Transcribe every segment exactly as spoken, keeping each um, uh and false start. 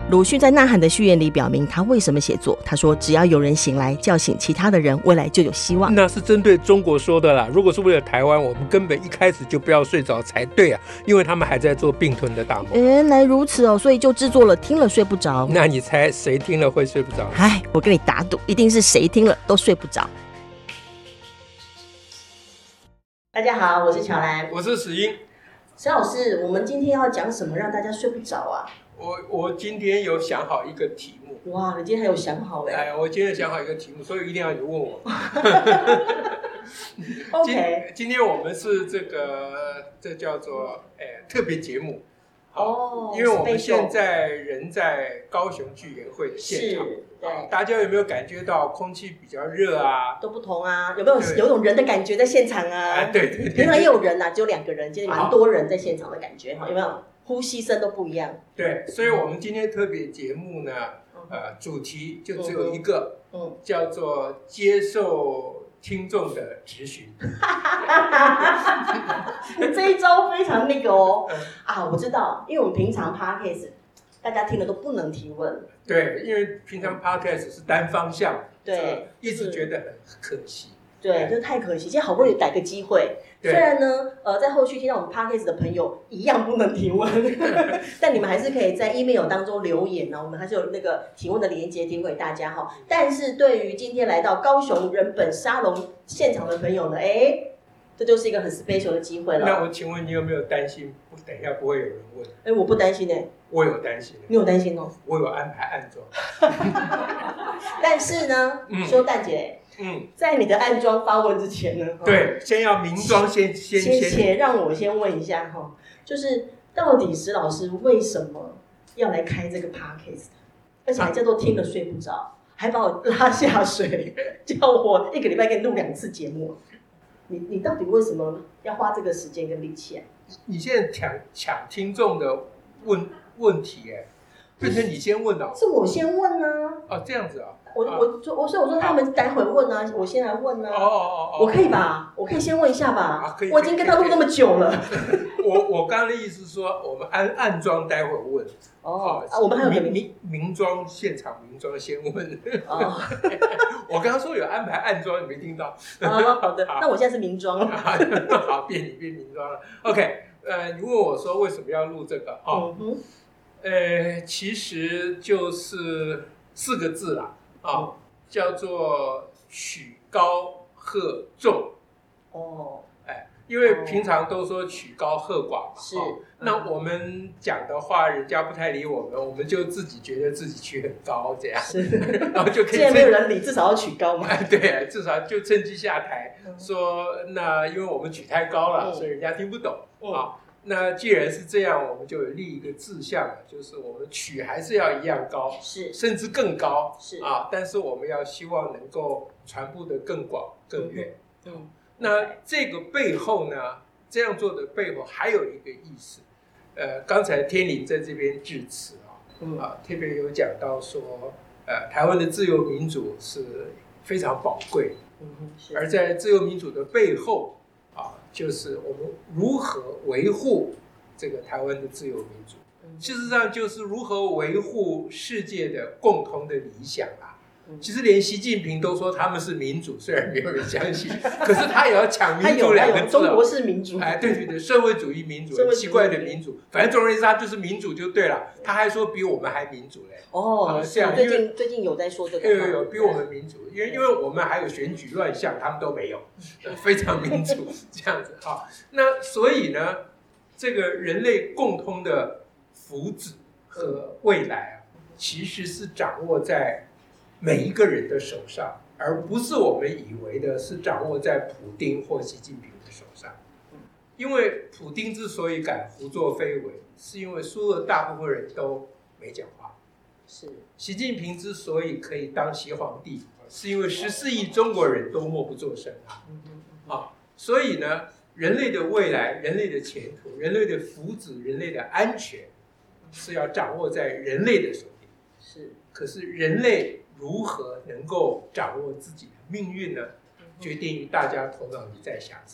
鲁迅在《呐喊》的序言里表明他为什么写作，他说只要有人醒来叫醒其他的人，未来就有希望。 那是针对中国说的啦，如果是为了台湾，我们根本一开始就不要睡着才对啊，因为他们还在做并吞的大梦。 原来如此哦，所以就制作了听了睡不着。 那你猜谁听了会睡不着？ 哎，我跟你打赌，一定是谁听了都睡不着。大家好，我是乔兰， 我是史英。 史老师，我们今天要讲什么让大家睡不着啊？ 我我今天有想好一个题目。 哇，你今天还有想好哎？ 哎，我今天想好一个题目，所以一定要你问我。 OK， 今天我们是这个，这叫做哎特别节目。 哦， 因为我们现在人在高雄剧研会的现场， 对， 大家有没有感觉到空气比较热啊？ 都不同啊，有没有有种人的感觉在现场啊？ 啊对对对， 平常也有人啊，只有两个人，今天蛮多人在现场的感觉，有没有？呼吸声都不一样。 对，所以我们今天特别节目呢，呃，主题就只有一个，嗯，叫做接受听众的质询。 这一招非常那个哦，嗯、啊，我知道，因为我们平常 podcast 大家听了都不能提问。 对，因为平常 podcast 是单方向， 对， 一直觉得很可惜。 对，就太可惜，现在好不容易逮个机会。虽然呢，呃，在后续听到我们 podcast 的朋友一样不能提问，但你们还是可以在 email 当中留言呢、啊，我们还是有那个提问的连结提供给大家哈。但是对于今天来到高雄人本沙龙现场的朋友呢，哎，这就是一个很 special 的机会了。 那我请问你有没有担心，等一下不会有人问？ 哎，我不担心哎、欸。 我有担心。 你有担心哦？ 我有安排暗装。 但是呢，修蛋姐。嗯，在你的暗装发问之前呢， 对，先要明装，先先先先让我先问一下哈，就是到底史老师为什么要来开这个 podcast， 而且还叫做听了睡不着，啊、还把我拉下水，叫我一个礼拜给你录两次节目，你你到底为什么要花这个时间跟力气啊？ 你现在抢抢听众的问问题哎，变成你先问了、哦， 是我先问啊。 哦，这样子啊。 我我我所以我说他们待会问啊，我先来问啊。哦哦哦，我可以吧？我可以先问一下吧？啊、可以。我已经跟他录那么久了。 我我刚刚的意思是说，我们暗暗装待会问。 哦，啊，我们还有明明明装现场明装先问。哦。我刚刚说有安排暗装，你没听到？ 哦，好的。那我现在是明装了。 好，变你变明装了。OK， 呃，你问我说为什么要录这个？哦，嗯哼。呃，其实就是四个字啦。哦，叫做曲高和重。哦，哎，因为平常都说曲高和寡嘛，是、哦。那我们讲的话，人家不太理我们，我们就自己觉得自己曲很高，这样，是，然后就可以。既然没有人理，至少要曲高嘛。 对，至少就趁机下台，嗯、说那因为我们曲太高了，嗯、所以人家听不懂啊。嗯哦，那既然是这样，我们就有立一个志向，就是我们曲还是要一样高，是，甚至更高，是啊。但是我们要希望能够传播得更广、更远。嗯，嗯那这个背后呢，这样做的背后还有一个意思。呃，刚才天麟在这边致辞啊，嗯啊，特别有讲到说，呃，台湾的自由民主是非常宝贵，嗯，而在自由民主的背后。啊，就是我们如何维护这个台湾的自由民主，事实上就是如何维护世界的共同的理想啊。其实连习近平都说他们是民主，虽然没有人相信，可是他也要抢民主两个字。 中国是民主， 哎，对对对，社会主义民主，奇怪的民主，反正总而言之，他就是民主就对了。他还说比我们还民主嘞。 哦，这样，最近最近有在说这个。 有有有，比我们民主，因为因为我们还有选举乱象，他们都没有，非常民主这样子哈。那所以呢，这个人类共通的福祉和未来啊，其实是掌握在每一个人的手上，而不是我们以为的是掌握在普丁或习近平的手上。因为普丁之所以敢胡作非为，是因为所有大部分人都没讲话。是习近平之所以可以当习皇帝，是因为十四亿中国人都默不作声啊！啊，所以呢，人类的未来、人类的前途、人类的福祉、人类的安全，是要掌握在人类的手里。是，可是人类如何能够掌握自己的命运呢？决定于大家头脑里在想什么。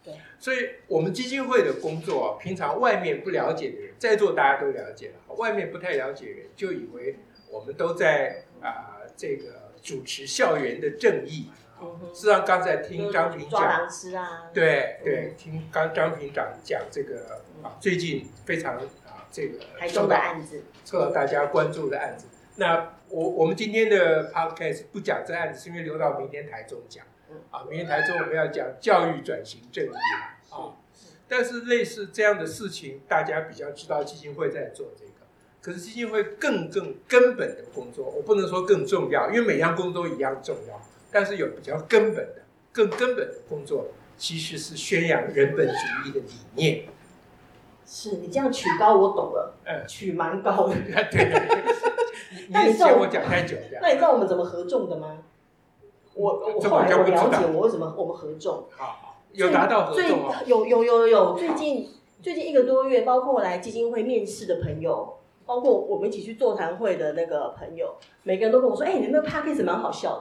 对， 所以我们基金会的工作啊，平常外面不了解的人，在座大家都了解了，外面不太了解的人就以为我们都在啊、呃、这个主持校园的正义。嗯、事实上，刚才听张平讲， 抓狼师啊， 对对，听刚张平长讲这个啊，最近非常啊这个台中的案子， 受到大家关注的案子。那我我们今天的 podcast 不讲这案子，是因为留到明天台中讲。啊，明天台中我们要讲教育转型正义啊，但是类似这样的事情，大家比较知道基金会在做这个。可是基金会更更根本的工作，我不能说更重要，因为每样工作都一样重要，但是有比较根本的、更根本的工作，其实是宣扬人本主义的理念。 是你这样曲高，我懂了， 嗯， 曲蛮高的。 对对对，你也嫌我讲太久这样。 那你知道我们怎么合众的吗？我我后来我了解我为什么我们合众， 好，有达到合众哦， 有有有有，最近最近一个多月，包括来基金会面试的朋友，包括我们一起去座谈会的那个朋友，每个人都跟我说，哎、欸，你们的 podcast 蛮好笑的。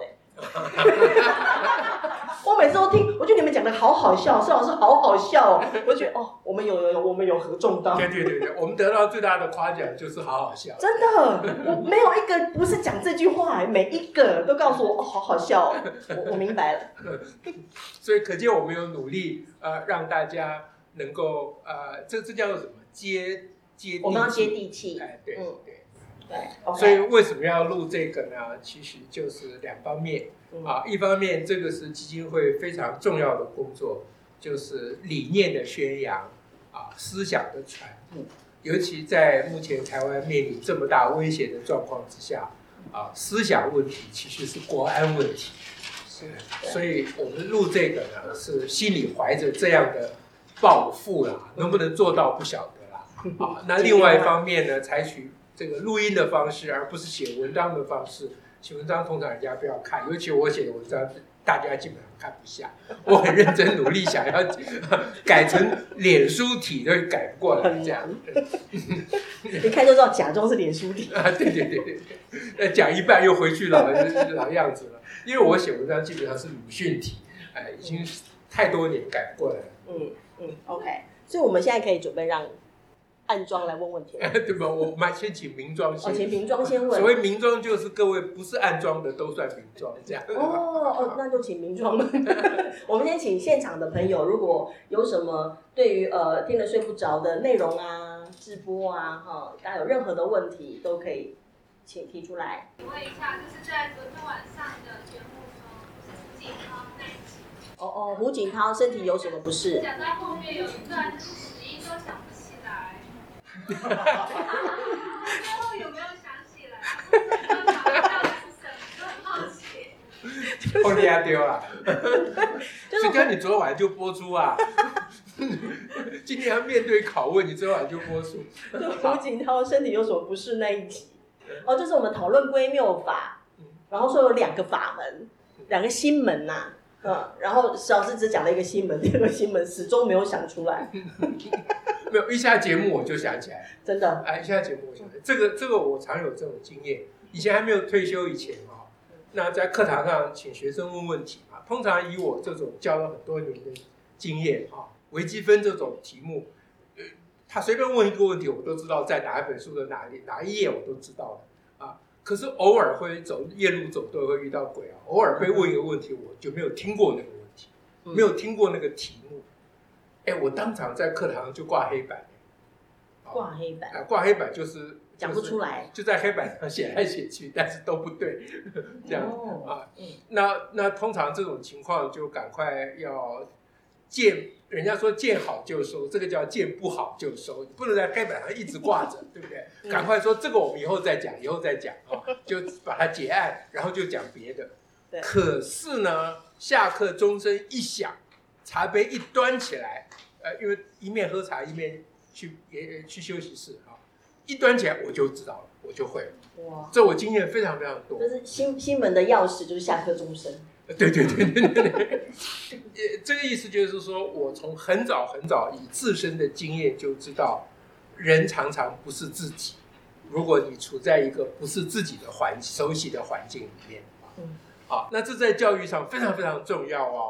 我每次都听，我觉得你们讲的好好笑，施老师好好笑哦，我就觉得哦，我们有有有，我们有合众到。 对对对对，我们得到最大的夸奖就是好好笑。 真的，我没有一个不是讲这句话，每一个都告诉我哦，好好笑哦，我我明白了。 所以可见我们有努力，呃，让大家能够呃，这这叫做什么？接接地气， 我们要接地气。 哎，对、嗯、对。 对， okay. 所以为什么要录这个呢？其实就是两方面、嗯、啊，一方面这个是基金会非常重要的工作，就是理念的宣扬啊，思想的传播。尤其在目前台湾面临这么大威胁的状况之下，啊，思想问题其实是国安问题。是，所以我们录这个呢，是心里怀着这样的抱负啦，能不能做到不晓得啦。啊，那另外一方面呢，采取这个录音的方式，而不是写文章的方式。写文章通常人家不要看，尤其我写的文章，大家基本上看不下。我很认真努力想要改成脸书体，都改不过来这样。 一看就知道假装是脸书体啊！对对对对对，讲一半又回去老老样子了。因为我写文章基本上是鲁迅体，哎，已经太多年改不过来了。 嗯嗯 ，OK， 所以我们现在可以准备让暗庄来问问题了， 对吧？我们先请明庄先。 哦，请明庄先问。 所谓明庄就是各位不是暗庄的都算明庄，这样。 哦哦，那就请明庄了。我们先请现场的朋友，如果有什么对于呃听了睡不着的内容啊、直播啊，哈、哦，大家有任何的问题都可以请提出来。 请问一下，就是在昨天晚上的节目中，是胡锦涛那一集。 哦哦，胡锦涛身体有什么不适？ 讲到后面有一段就是死因都想不起来。最后有没有想起来？不知道他叫出什么，就很好奇。 后面丢了，谁叫你昨晚就播出啊？今天要面对拷问，你昨晚就播出。 就胡锦涛身体有什么不适那一集，哦，就是我们讨论归谬法，然后说有两个法门，两个新门呐、啊。嗯，然后史老师只讲了一个新门，第二个新门始终没有想出来。 没有，一下节目我就想起来， 真的。 哎，一下节目我想起来，这个这个我常有这种经验。以前还没有退休以前啊，那在课堂上请学生问问题嘛，通常以我这种教了很多年的经验啊，微积分这种题目，呃，他随便问一个问题，我都知道在哪一本书的哪里哪一页，我都知道的啊。可是偶尔会走夜路走都会遇到鬼啊！偶尔被问一个问题，我就没有听过那个问题，没有听过那个题目。哎，我当场在课堂就挂黑板。 挂黑板啊，挂黑板就是讲不出来， 就在黑板上写来写去，但是都不对，这样、哦、啊。 嗯、 那那通常这种情况就赶快要见，人家说见好就收，这个叫见不好就收，不能在黑板上一直挂着，对不对？嗯、赶快说这个我们以后再讲，以后再讲啊，就把它结案，然后就讲别的。 对。 可是呢，下课钟声一响，茶杯一端起来，呃，因为一面喝茶一面去也去休息室啊，一端起来我就知道了，我就会了。哇，这我经验非常非常多。 就是新新门的钥匙就是下课钟声。 对对对对对对，这个意思就是说，我从很早很早以自身的经验就知道，人常常不是自己。如果你处在一个不是自己的环熟悉的环境里面，嗯，好，那这在教育上非常非常重要哦。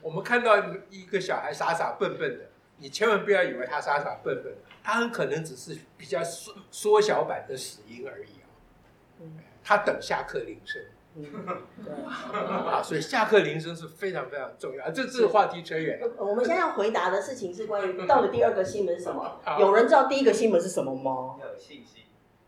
我们看到一个小孩傻傻笨笨的，你千万不要以为他傻傻笨笨，他很可能只是比较缩缩小版的死婴而已啊。嗯，他等下课铃声。嗯，对啊，所以下课铃声是非常非常重要。这这个话题扯远了。 我们现在要回答的事情是关于到底第二个新闻是什么？有人知道第一个新闻是什么吗？ 要有信心。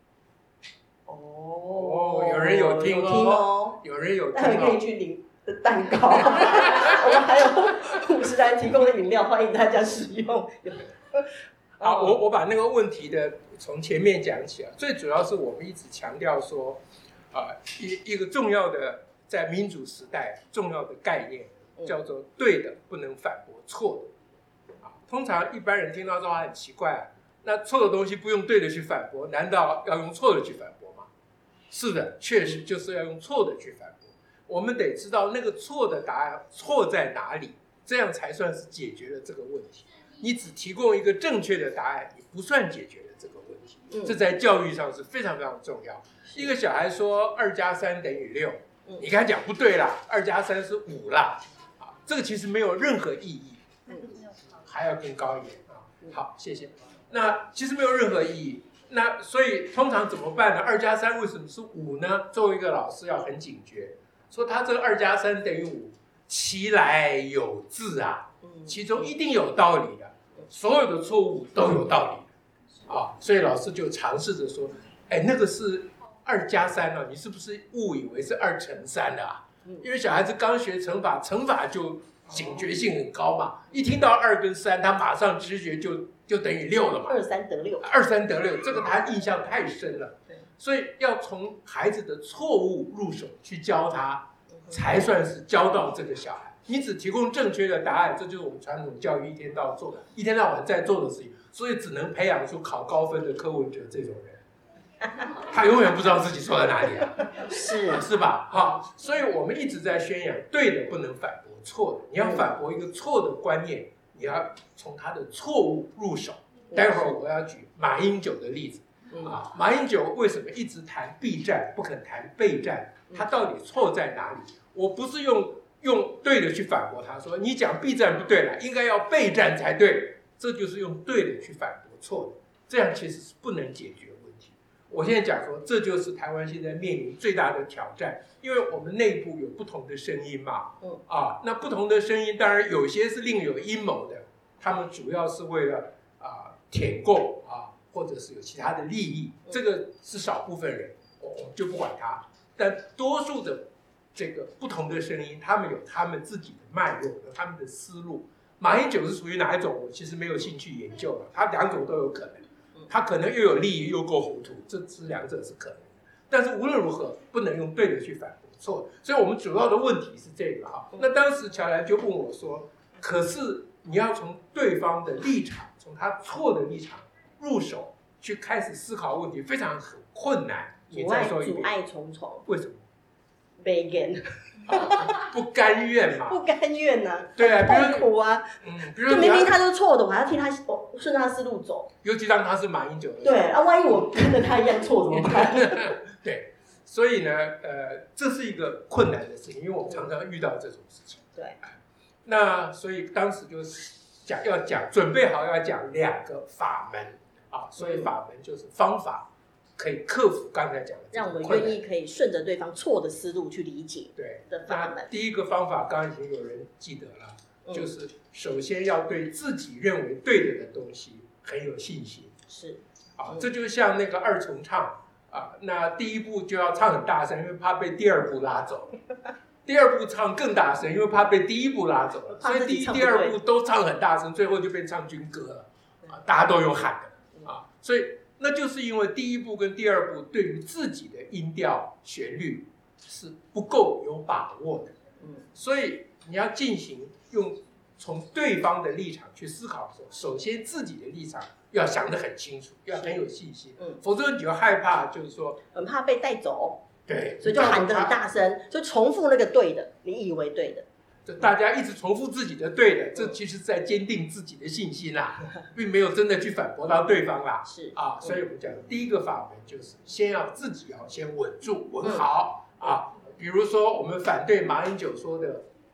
哦，有人有听哦， 有人有听哦， 待会可以去领蛋糕。我们还有五十台提供的饮料，欢迎大家使用。 好，我我把那个问题的从前面讲起啊，最主要是我们一直强调说。啊，一一个重要的在民主时代重要的概念叫做对的不能反驳错的。啊，通常一般人听到这话很奇怪啊，那错的东西不用对的去反驳，难道要用错的去反驳吗？是的，确实就是要用错的去反驳。我们得知道那个错的答案错在哪里，这样才算是解决了这个问题。你只提供一个正确的答案，你不算解决了这个问题。这在教育上是非常非常重要。一个小孩说二加三等于六，你跟他讲不对啦，二加三是五啦，啊，这个其实没有任何意义，还要更高一点啊。好，谢谢。那其实没有任何意义，那所以通常怎么办呢？二加三为什么是五呢？作为一个老师要很警觉，说他这个二加三等于五，其来有自啊，其中一定有道理的，所有的错误都有道理啊，所以老师就尝试着说，哎，那个是二加三了，你是不是误以为是二乘三了啊？因为小孩子刚学乘法，乘法就警觉性很高嘛，一听到二跟三，他马上直觉就就等于六了嘛。 二三得六， 二三得六，这个他印象太深了。所以要从孩子的错误入手去教他，才算是教到这个小孩。你只提供正确的答案，这就是我们传统教育一天到晚做的，一天到晚在做的事情。所以只能培养出考高分的柯文哲这种人。他永远不知道自己错在哪里啊， 是是吧？好，所以我们一直在宣扬对的不能反驳错的，你要反驳一个错的观念，你要从他的错误入手。待会儿我要举马英九的例子啊，马英九为什么一直谈避战不肯谈备战？他到底错在哪里？我不是用用对的去反驳他，说你讲避战不对了，应该要备战才对，这就是用对的去反驳错的，这样其实是不能解决。我现在讲说，这就是台湾现在面临最大的挑战，因为我们内部有不同的声音嘛，嗯啊，那不同的声音当然有些是另有阴谋的，他们主要是为了啊舔共啊，或者是有其他的利益，这个是少部分人，我们就不管他，但多数的这个不同的声音，他们有他们自己的脉络，有他们的思路。马英九是属于哪一种？我其实没有兴趣研究了，他两种都有可能。他可能又有利益又够糊涂，这这两者是可能的。但是无论如何，不能用对的去反驳错的。所以我们主要的问题是这个哈。那当时乔兰就问我说：“可是你要从对方的立场，从他错的立场入手，去开始思考问题，非常很困难。”你再说一遍。 阻碍重重。 为什么？ 悲怨。 不甘愿嘛。 不甘愿呐、啊。 对啊， 痛苦啊。 嗯，比如就明明他都错的，我还要替他顺他思路走。 尤其当他是马英九的。 对啊，万一我跟着他一样错怎么办？ 对，所以呢，呃，这是一个困难的事情，因为我们常常遇到这种事情。 对。 那所以当时就是讲要讲，准备好要讲两个法门啊，所以法门就是方法。可以克服刚才讲的， 让我们愿意可以顺着对方错的思路去理解对的法门。 第一个方法刚刚已经有人记得了，嗯、就是首先要对自己认为对的的东西很有信心。 是啊，嗯、这就像那个二重唱啊，那第一步就要唱很大声，因为怕被第二步拉走；第二步唱更大声，因为怕被第一步拉走了。所以第一、第二步都唱很大声，最后就变唱军歌了啊，大家都有喊的啊，所以。那就是因为第一步跟第二步对于自己的音调旋律是不够有把握的，嗯，所以你要进行用从对方的立场去思考的时候，首先自己的立场要想得很清楚，要很有信心，嗯，否则你就害怕，就是说很怕被带走， 对， 所以就喊得很大声，就重复那个对的，你以为对的。 大家一直重复自己的对的，这其实在坚定自己的信心啦，并没有真的去反驳到对方啦。 是啊，所以我们讲第一个法门就是先要自己要先稳住、稳好啊。比如说我们反对马英九说的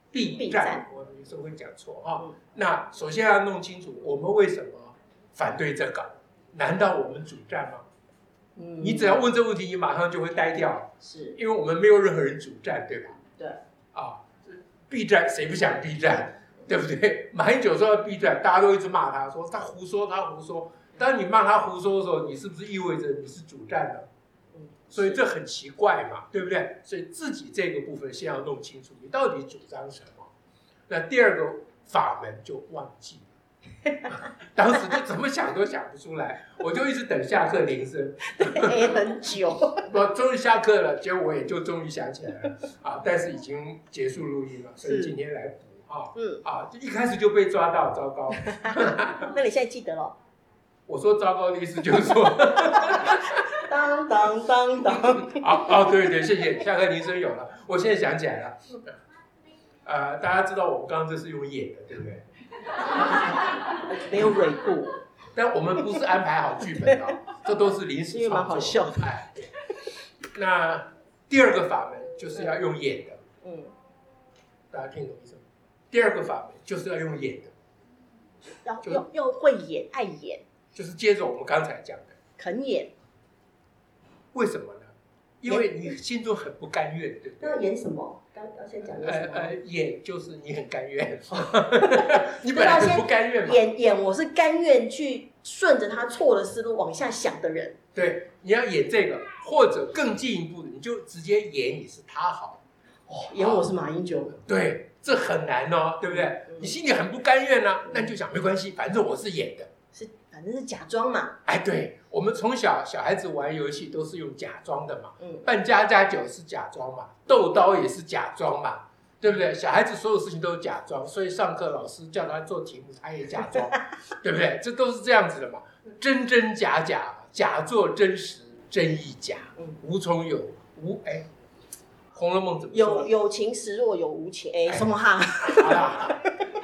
避战，我有时候会讲错哈、哦。那首先要弄清楚，我们为什么反对这个？难道我们主战吗？嗯，你只要问这个问题，你马上就会呆掉， 是因为我们没有任何人主战，对吧？ 对。 啊，避战谁不想避战，对不对？马英九说要避战，大家都一直骂他，说他胡说，他胡说。当你骂他胡说的时候，你是不是意味着你是主战呢？所以这很奇怪嘛，对不对？所以自己这个部分先要弄清楚，你到底主张什么。那第二个法门就忘记了，当时就怎么想都想不出来，我就一直等下课铃声， 等很久。 我终于下课了，结果我也就终于想起来了啊！但是已经结束录音了，所以今天来补啊。嗯啊，就一开始就被抓到，糟糕。 那你现在记得了？ 我说糟糕的意思就是说。 当当当当， 好哦，对对，谢谢，下课铃声有了，我现在想起来了，呃，大家知道我们刚刚这是用演的，对不对？ 没有蕊过， 但我们不是安排好剧本的、哦，这都是临时创作， 蛮好笑的。 哎，那第二个法门就是要用演的，嗯，大家听懂意思吗？第二个法门就是要用演的， 要要要会演，爱演， 就是接着我们刚才讲的， 肯演。 为什么呢？因为你心中很不甘愿，对不对？ 那要演什么？刚刚先讲演什么？ 呃呃，演就是你很甘愿，你本来很不甘愿嘛。 演演，我是甘愿去顺着他错的思路往下想的人。 对，你要演这个，或者更进一步的，你就直接演你是他好。 哦，演我是马英九。 对，这很难哦，对不对？嗯、你心里很不甘愿呢、啊，那、嗯、你就想没关系，反正我是演的。 是，反正是假装嘛。 哎，对，我们从小小孩子玩游戏都是用假装的嘛，嗯，扮家家酒是假装嘛，斗刀也是假装嘛，对不对？小孩子所有事情都是假装，所以上课老师叫他做题目，他也假装，对不对？这都是这样子的嘛，真真假假，假作真实，真亦假，嗯，无从有无哎，《红楼梦》怎么说？ 有有情时若有无情，哎，什么哈？ 好啦。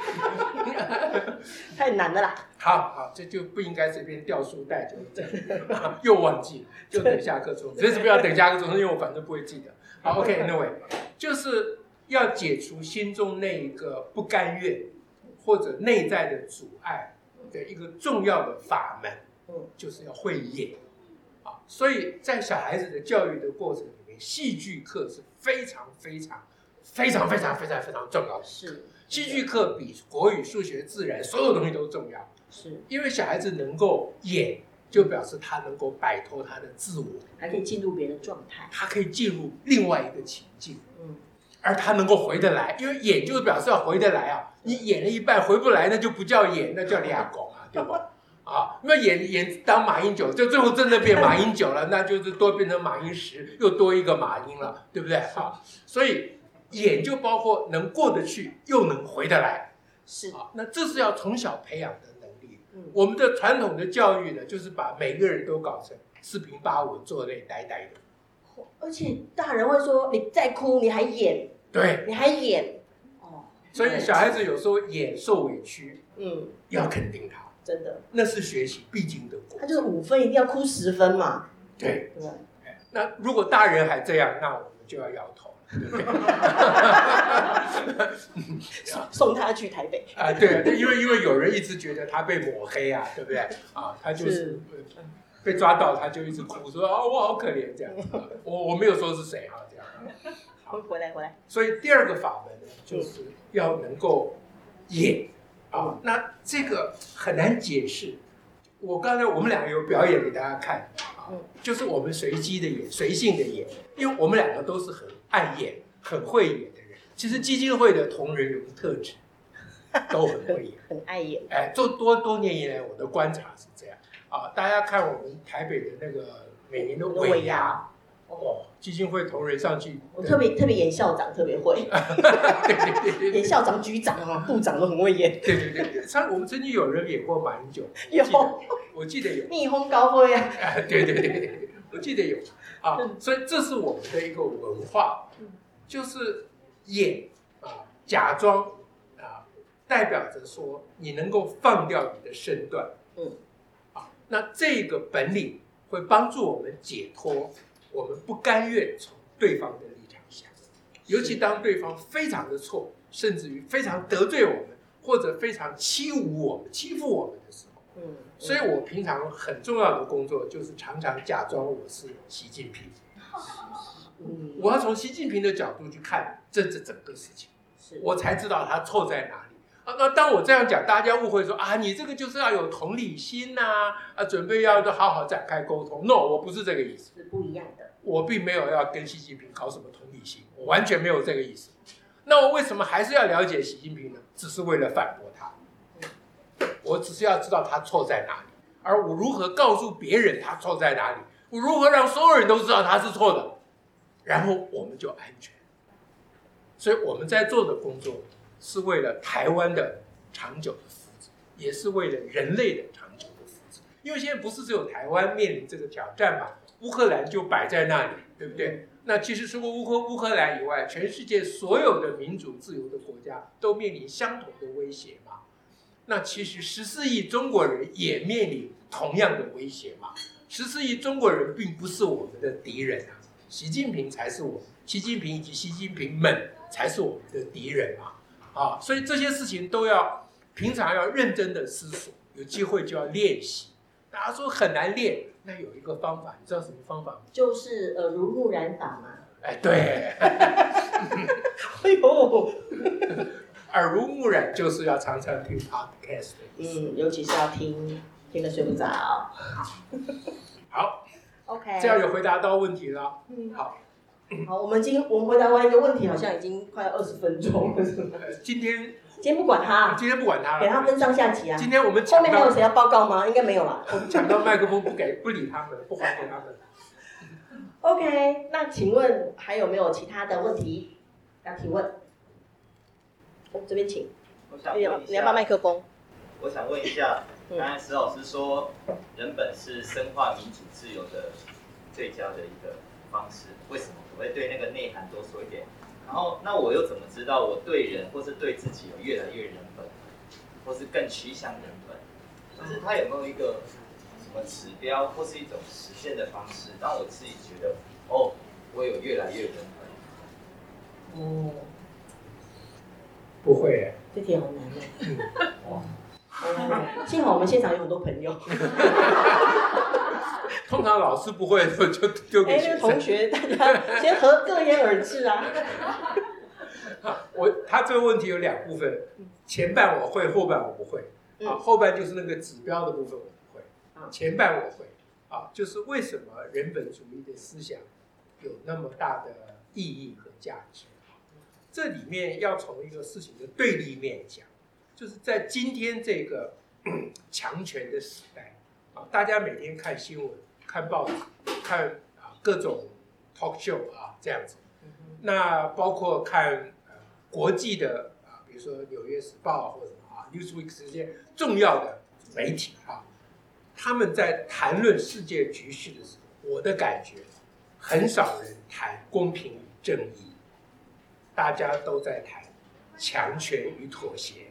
太难了啦！ 好好，这就不应该随便掉书袋，就是这样。又忘记了，就等下课中，随时不要等下课中，因为我反正不会记得。好 ，OK，Anyway， 就是要解除心中那一个不甘愿或者内在的阻碍的一个重要的法门，嗯，就是要会演啊。所以在小孩子的教育的过程里面，戏剧课是非常非常非常非常非常非常重要的。 是。 戏剧课比国语、数学、自然所有东西都重要， 是因为小孩子能够演，就表示他能够摆脱他的自我， 还可以进入别的状态， 他可以进入另外一个情境，嗯，而他能够回得来，因为演就是表示要回得来啊，你演了一半回不来，那就不叫演，那叫俩拱啊，对吧？啊，那演演当马英九，就最后真的变马英九了，那就是多变成马英十，又多一个马英了，对不对？啊，所以。演就包括能过得去，又能回得来， 是啊，那这是要从小培养的能力。嗯，我们的传统的教育呢，就是把每个人都搞成四平八稳，坐那呆呆的。 而且大人会说：“你再哭，你还演， 对， 你还演。”哦， 所以小孩子有时候演受委屈，嗯，要肯定他， 真的， 那是学习必经的过程。 他就是五分一定要哭十分嘛。 对，对。那如果大人还这样，那我们就要摇头。 送他去台北啊，对，因为因为有人一直觉得他被抹黑啊，对不对？啊，他就是被抓到，他就一直哭说啊，我好可怜这样。我我没有说是谁哈，这样。 好，回来回来。 所以第二个法门呢，就是要能够演啊，那这个很难解释。我刚才我们两个有表演给大家看啊，就是我们随机的演，随性的演，因为我们两个都是很爱演、很会演的人。其实基金会的同仁有个特质，都很会演， 很爱演。 哎，做多多年以来，我的观察是这样啊。大家看我们台北的那个每年的尾牙，哦，基金会同仁上去， 我特别特别演校长，特别会。 对对对， 演校长、局长啊、部长都很会演。 对对对，像我们曾经有人演过马英九， 有， 我记得有。 逆风高飞啊！ 哎，对对对对，我记得有啊，所以这是我们的一个文化，就是演啊，假装啊，代表着说你能够放掉你的身段，嗯，啊，那这个本领会帮助我们解脱我们不甘愿从对方的立场下，尤其当对方非常的错， 甚至于非常得罪我们，或者非常欺侮我们、欺负我们的时候。嗯，所以我平常很重要的工作就是常常假装我是习近平。嗯，我要从习近平的角度去看这这整个事情，我才知道他错在哪里。啊，那当我这样讲，大家误会说啊，你这个就是要有同理心呐、啊，啊，准备要好好展开沟通。No， 我不是这个意思， 是不一样的。我并没有要跟习近平搞什么同理心，我完全没有这个意思。那我为什么还是要了解习近平呢？只是为了反驳他。我只是要知道他错在哪里，而我如何告诉别人他错在哪里，我如何让所有人都知道他是错的，然后我们就安全。所以我们在做的工作是为了台湾的长久的福祉，也是为了人类的长久的福祉。因为现在不是只有台湾面临这个挑战嘛，乌克兰就摆在那里，对不对？那其实除了乌克乌克兰以外，全世界所有的民主自由的国家都面临相同的威胁嘛。那其实十四亿中国人也面临同样的威胁嘛。十四亿中国人并不是我们的敌人啊，习近平才是我，习近平以及习近平们才是我们的敌人啊！啊，所以这些事情都要平常要认真的思索，有机会就要练习。大家说很难练，那有一个方法，你知道什么方法吗？ 就是耳濡目染法嘛。 哎，对。 哎呦。 耳濡目染就是要常常听 podcast 的意思， 嗯，尤其是要听听得睡不着。 好 ，OK， 这样有回答到问题了。嗯，好， 好，我们今我们回答完一个问题，好像已经快要二十分钟了，是吗？ 呃，今天今天不管他， 今天不管他了， 给他分上下集啊。 今天我们后面还有谁要报告吗？应该没有吧？ 我们抢到麦克风不给不理他们，不还给他们。 OK， 那请问还有没有其他的问题要提问？我这边请。 我想问一下， 你要把麦克风。 我想问一下，刚才石老师说，人本是深化民主自由的最佳的一个方式，为什么？我会对那个内涵多说一点。然后，那我又怎么知道我对人或是对自己有越来越人本，或是更趋向人本？就是他有没有一个什么指标，或是一种实现的方式，让我自己觉得，哦，我有越来越人本？ 哦。 不会耶， 这题好难哦。嗯，幸好我们现场有很多朋友。 通常老师不会就就就给学生。 哎，同学，大家先和各言而至啊。 我他这个问题有两部分，前半我会，后半我不会。啊，后半就是那个指标的部分我不会，前半我会。啊，就是为什么人本主义的思想有那么大的意义和价值？这里面要从一个事情的对立面讲，就是在今天这个强权的时代啊，大家每天看新闻、看报纸、看啊各种 talk show 啊这样子，那包括看呃国际的啊，比如说《纽约时报》或者什么啊 Newsweek 这些重要的媒体啊，他们在谈论世界局势的时候，我的感觉很少人谈公平与正义。大家都在谈强权与妥协，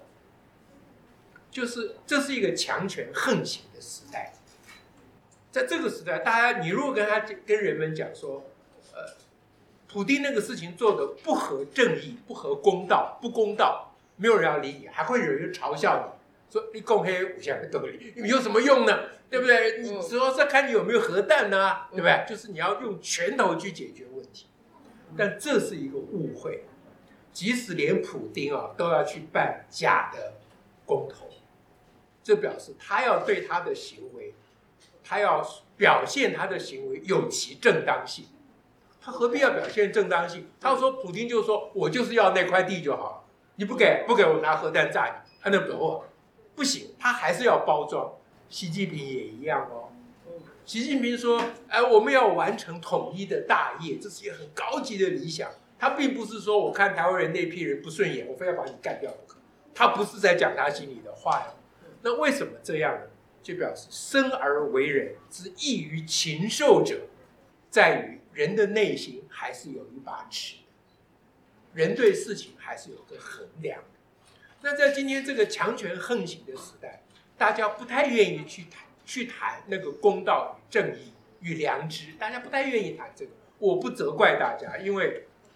就是这是一个强权横行的时代。在这个时代，大家你如果跟他跟人们讲说，呃，普丁那个事情做的不合正义、不合公道、不公道，没有人要理你，还会有人嘲笑你，说你共黑五项道理，你有什么用呢？对不对？你主要是看你有没有核弹啊，对不对？就是你要用拳头去解决问题。但这是一个误会，即使连普丁啊都要去办假的公投，这表示他要对他的行为，他要表现他的行为有其正当性。他何必要表现正当性？他说普丁就说我就是要那块地就好了，你不给不给我拿核弹炸你，他那不不行，他还是要包装。习近平也一样哦。习近平说：“哎，我们要完成统一的大业，这是一个很高级的理想。他并不是说我看台湾人那批人不顺眼，我非要把你干掉不可。他不是在讲他心里的话呀。那为什么这样呢？就表示生而为人之异于禽兽者，在于人的内心还是有一把尺，人对事情还是有个衡量。那在今天这个强权横行的时代，大家不太愿意去谈。”去谈那个公道与正义与良知，大家不太愿意谈这个。我不责怪大家，因为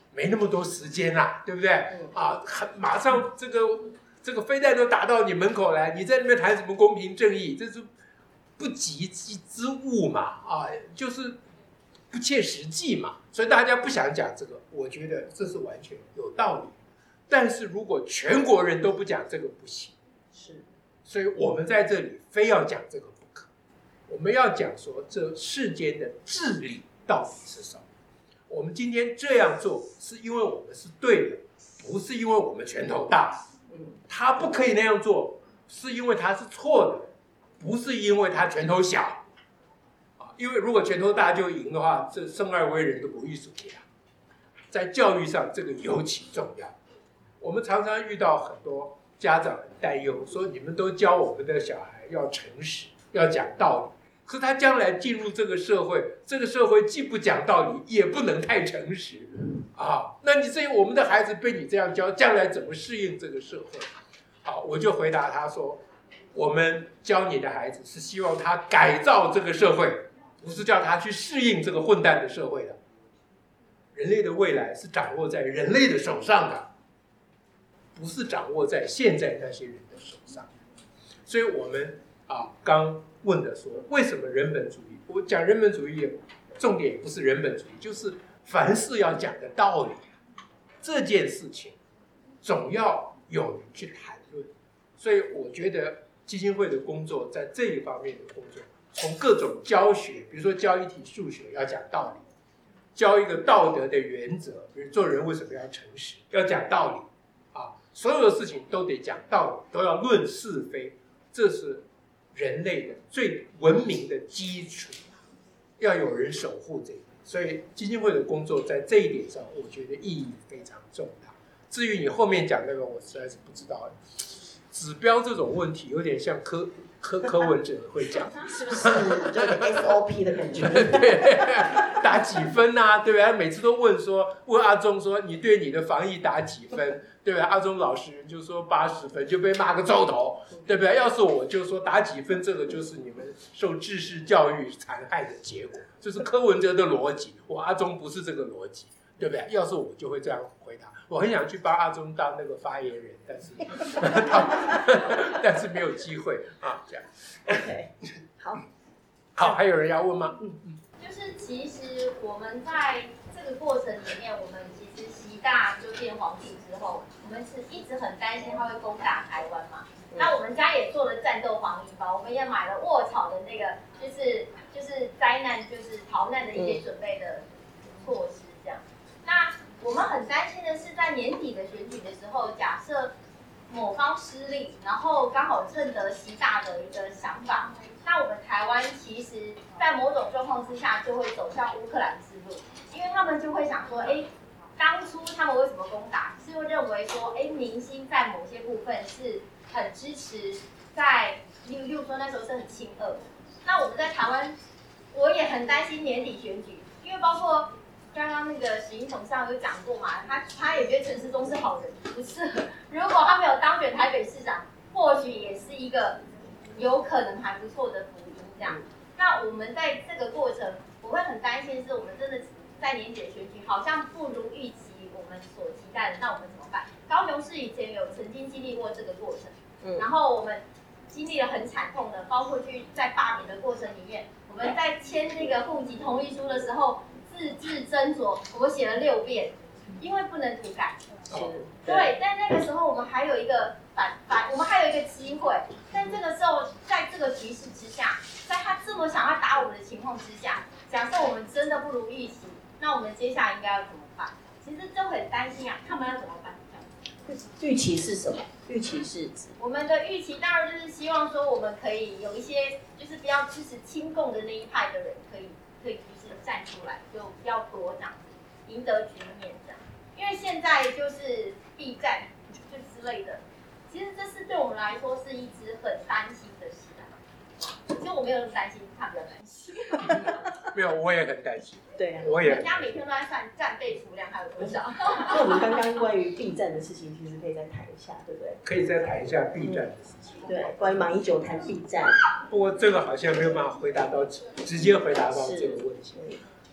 没那么多时间啦，对不对？啊，马上这个这个飞弹都打到你门口来，你在那边谈什么公平正义？这是不及之物嘛，啊，就是不切实际嘛，所以大家不想讲这个，我觉得这是完全有道理。但是如果全国人都不讲这个不行， 是， 所以我们在这里非要讲这个不可。我们要讲说这世间的治理到底是什么？我们今天这样做是因为我们是对的，不是因为我们拳头大。他不可以那样做，是因为他是错的，不是因为他拳头小。因为如果拳头大就赢的话，这生而为人都不艺术家。在教育上，这个尤其重要。我们常常遇到很多家长很担忧，说你们都教我们的小孩要诚实，要讲道理。可是他将来进入这个社会，这个社会既不讲道理，也不能太诚实啊。那你这我们的孩子被你这样教，将来怎么适应这个社会？好，我就回答他说，我们教你的孩子是希望他改造这个社会，不是叫他去适应这个混蛋的社会的。人类的未来是掌握在人类的手上的，不是掌握在现在那些人的手上。所以我们啊，刚问的说，为什么人本主义？我讲人本主义，重点也不是人本主义，就是凡事要讲的道理。这件事情总要有人去谈论。所以我觉得基金会的工作在这一方面的工作，从各种教学，比如说教一题数学要讲道理，教一个道德的原则，比如做人为什么要诚实，要讲道理啊，所有的事情都得讲道理，都要论是非，这是人类的最文明的基础，要有人守护这个。所以基金会的工作在这一点上，我觉得意义非常重大。至于你后面讲那个，我实在是不知道了。指标这种问题有点像柯柯柯文哲会讲， 是不是就有点 S O P 的感觉？ 对，打几分啊？对不对？他每次都问说，问阿中说你对你的防疫打几分？对不对？阿中老师就说八十分，就被骂个皱头，对不对？要是我就说打几分，这个就是你们受知识教育残害的结果，这是柯文哲的逻辑。我阿中不是这个逻辑，对不对？要是我就会这样回答。我很想去帮阿中当那个发言人，但是但是没有机会啊。这样 ，OK， 好， 好，还有人要问吗？ 嗯嗯， 就是其实我们在这个过程里面，我们其实习大就变皇帝之后，我们是一直很担心他会攻打台湾嘛。那我们家也做了战斗防疫包，我们也买了卧草的那个，就是就是灾难就是逃难的一些准备的措施这样。那我们很担心的是，在年底的选举的时候，假设某方失利，然后刚好趁得习大的一个想法，那我们台湾其实，在某种状况之下，就会走向乌克兰之路，因为他们就会想说，哎，当初他们为什么攻打，是会认为说，哎，民心在某些部分是很支持在，例例如说那时候是很亲俄。那我们在台湾，我也很担心年底选举，因为包括。刚刚那个史英统上有讲过嘛，他他也觉得陈时中是好人，不适合。如果他没有当选台北市长，或许也是一个有可能还不错的福音这样。那我们在这个过程，我会很担心，是我们真的在年底的选举好像不如预期我们所期待的，那我们怎么办？高雄市以前有曾经经历过这个过程，嗯、然后我们经历了很惨痛的，包括去在罢免的过程里面，我们在签那个户籍同意书的时候。字字斟酌，我写了六遍，因为不能涂改。 哦、 对，但那个时候我们还有一个反反，我们还有一个机会。但这个时候，在这个局势之下，在他这么想要打我们的情况之下，假设我们真的不如预期，那我们接下来应该要怎么办？其实就很担心啊，他们要怎么办？ 预期是什么？预期是指我们的预期，当然就是希望说，我们可以有一些，就是不要支持亲共的那一派的人，可以可以。站出来就比较多这样子，赢得局面这样，因为现在就是避战就之类的，其实这是对我们来说是一直很担心的事啊。其实我没有那么担心，他比较担心。 没有，我也很担心。 对啊， 我也。 人家每天都在算战备储量还有多少。 那我们刚刚关于避战的事情，其实可以再谈一下，对不对？ 可以再谈一下避战的事情。 对，关于马英九谈避战。 不过这个好像没有办法回答到，直接回答到这个问题。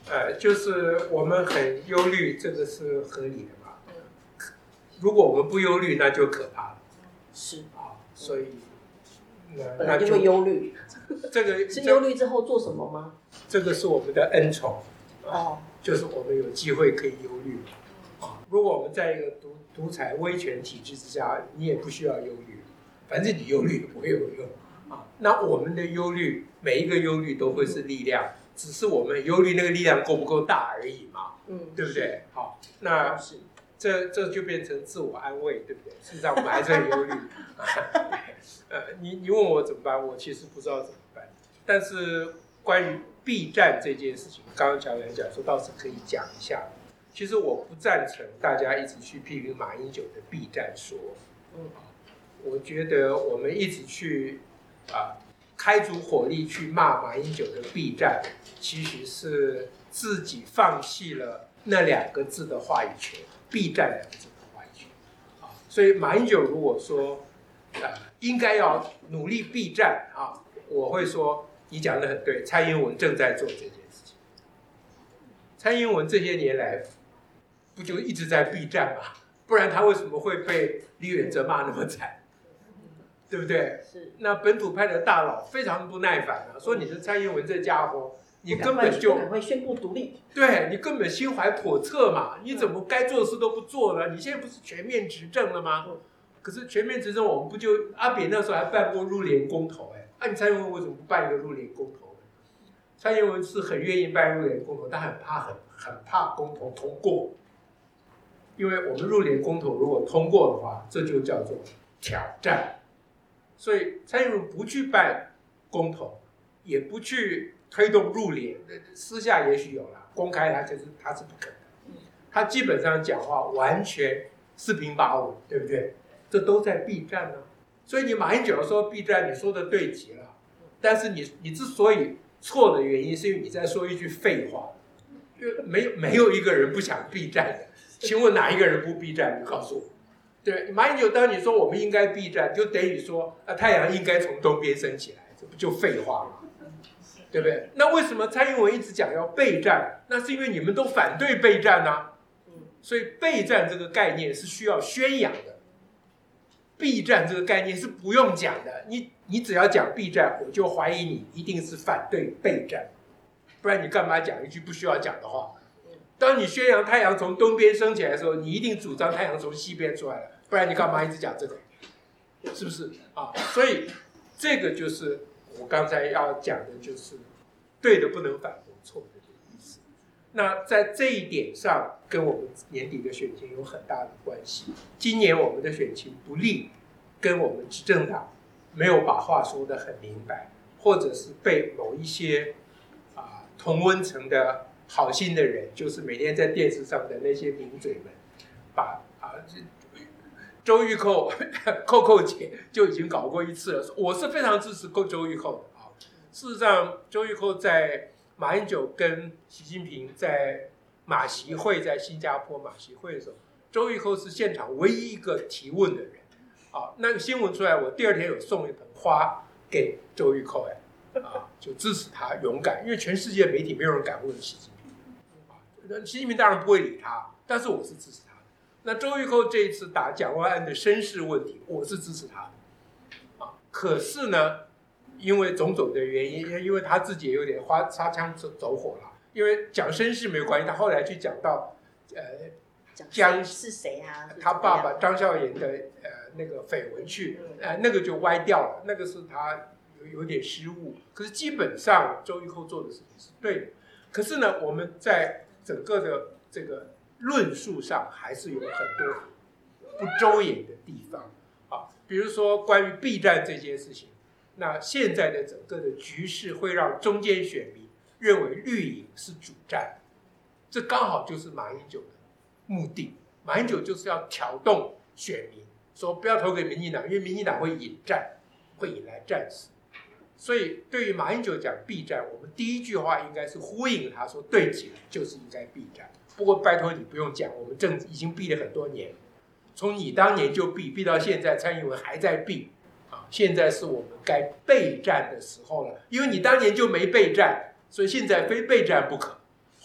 呃，就是我们很忧虑，这个是合理的嘛。如果我们不忧虑，那就可怕了。 是啊，所以那本来就会忧虑。 这个是忧虑之后做什么吗？ 这个是我们的恩宠。 哦， 就是我们有机会可以忧虑。啊，如果我们在一个独独裁威权体制之下，你也不需要忧虑，反正你忧虑也不会有用。啊，那我们的忧虑，每一个忧虑都会是力量，只是我们忧虑那个力量够不够大而已嘛。嗯，对不对？好，那这这就变成自我安慰，对不对？事实上我们还是很忧虑。呃，你你问我怎么办，我其实不知道怎么办。但是关于避战这件事情，刚刚乔元讲说倒是可以讲一下。其实我不赞成大家一直去批评马英九的避战说。嗯，我觉得我们一直去啊开足火力去骂马英九的避战，其实是自己放弃了那两个字的话语权，避战两个字的话语权。啊，所以马英九如果说呃应该要努力避战啊，我会说你讲得很对，蔡英文正在做这件事情。蔡英文这些年来不就一直在避战吗？不然他为什么会被李远哲骂那么惨？对不对？是。那本土派的大佬非常不耐烦啊，说你的蔡英文这家伙，你根本就赶快宣布独立， 对你根本心怀叵测嘛，你怎么该做的事都不做了？你现在不是全面执政了吗？嗯，可是全面执政，我们不就阿扁那时候还办过入联公投？哎，啊，你蔡英文为什么不办一个入联公投呢？蔡英文是很愿意办入联公投，但很怕很很怕公投通过，因为我们入联公投如果通过的话，这就叫做挑战。所以蔡英文不去办公投，也不去推动入联，私下也许有了，公开他就是他是不可能。他基本上讲话完全四平八稳，对不对？这都在避战呢。所以你马英九说避战，你说的对极了。但是你你之所以错的原因，是因为你在说一句废话，因为没有没有一个人不想避战的。请问哪一个人不避战？你告诉我。对，马英九当你说我们应该避战，就等于说啊太阳应该从东边升起来，这不就废话吗？对不对？那为什么蔡英文一直讲要备战？那是因为你们都反对备战啊。所以备战这个概念是需要宣扬的，避战这个概念是不用讲的。你你只要讲避战，我就怀疑你一定是反对备战，不然你干嘛讲一句不需要讲的话？当你宣扬太阳从东边升起来的时候，你一定主张太阳从西边出来了，不然你干嘛一直讲这个？是不是啊？所以这个就是我刚才要讲的，就是对的不能反驳错的这个意思。那在这一点上，跟我们年底的选情有很大的关系。今年我们的选情不利，跟我们执政党没有把话说得很明白，或者是被某一些啊同温层的好心的人，就是每天在电视上的那些名嘴们，把啊周玉蔻蔻蔻姐就已经搞过一次了。我是非常支持周玉蔻的啊。事实上，周玉蔻在马英九跟习近平在马习会，在新加坡马习会的时候，周玉蔻是现场唯一一个提问的人。啊，那个新闻出来，我第二天有送一盆花给周玉蔻，哎，啊，就支持他勇敢，因为全世界媒体没有人敢问习近平，啊，习近平当然不会理他，但是我是支持他的。那周玉蔻这一次打蒋万安的身世问题，我是支持他的，啊，可是呢，因为种种的原因，因为他自己也有点花擦枪走走火了，因为讲身世没有关系，他后来去讲到，呃。 江是谁啊？ 他爸爸张孝言的呃那个绯闻去，呃那个就歪掉了，那个是他有有点失误。可是基本上周玉蔻做的事情是对的。可是呢，我们在整个的这个论述上还是有很多不周延的地方啊。比如说关于避战这件事情，那现在的整个的局势会让中间选民认为绿营是主战，这刚好就是马英九的目的。马英九就是要挑动选民，说不要投给民进党，因为民进党会引战，会引来战死。所以对于马英九讲避战，我们第一句话应该是呼应他说，对起来就是应该避战。不过拜托你不用讲，我们政已经避了很多年，从你当年就避，避到现在，蔡英文还在避啊。现在是我们该备战的时候了，因为你当年就没备战，所以现在非备战不可。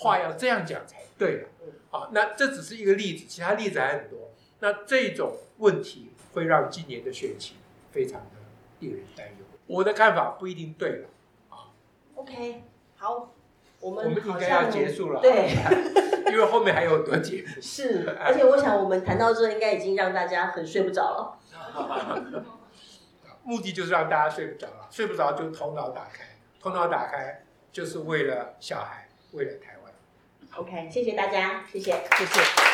话要这样讲才对了。好，那这只是一个例子，其他例子还很多。那这种问题会让今年的选情非常的令人担忧。我的看法不一定对了啊。 OK， 好，我们我们应该要结束了， 对， 因为后面还有很多节目。 是，而且我想我们谈到这，应该已经让大家很睡不着了。 目的就是让大家睡不着了，睡不着就头脑打开，头脑打开就是为了小孩，为了台湾。 OK， 谢谢大家，谢谢， 谢谢。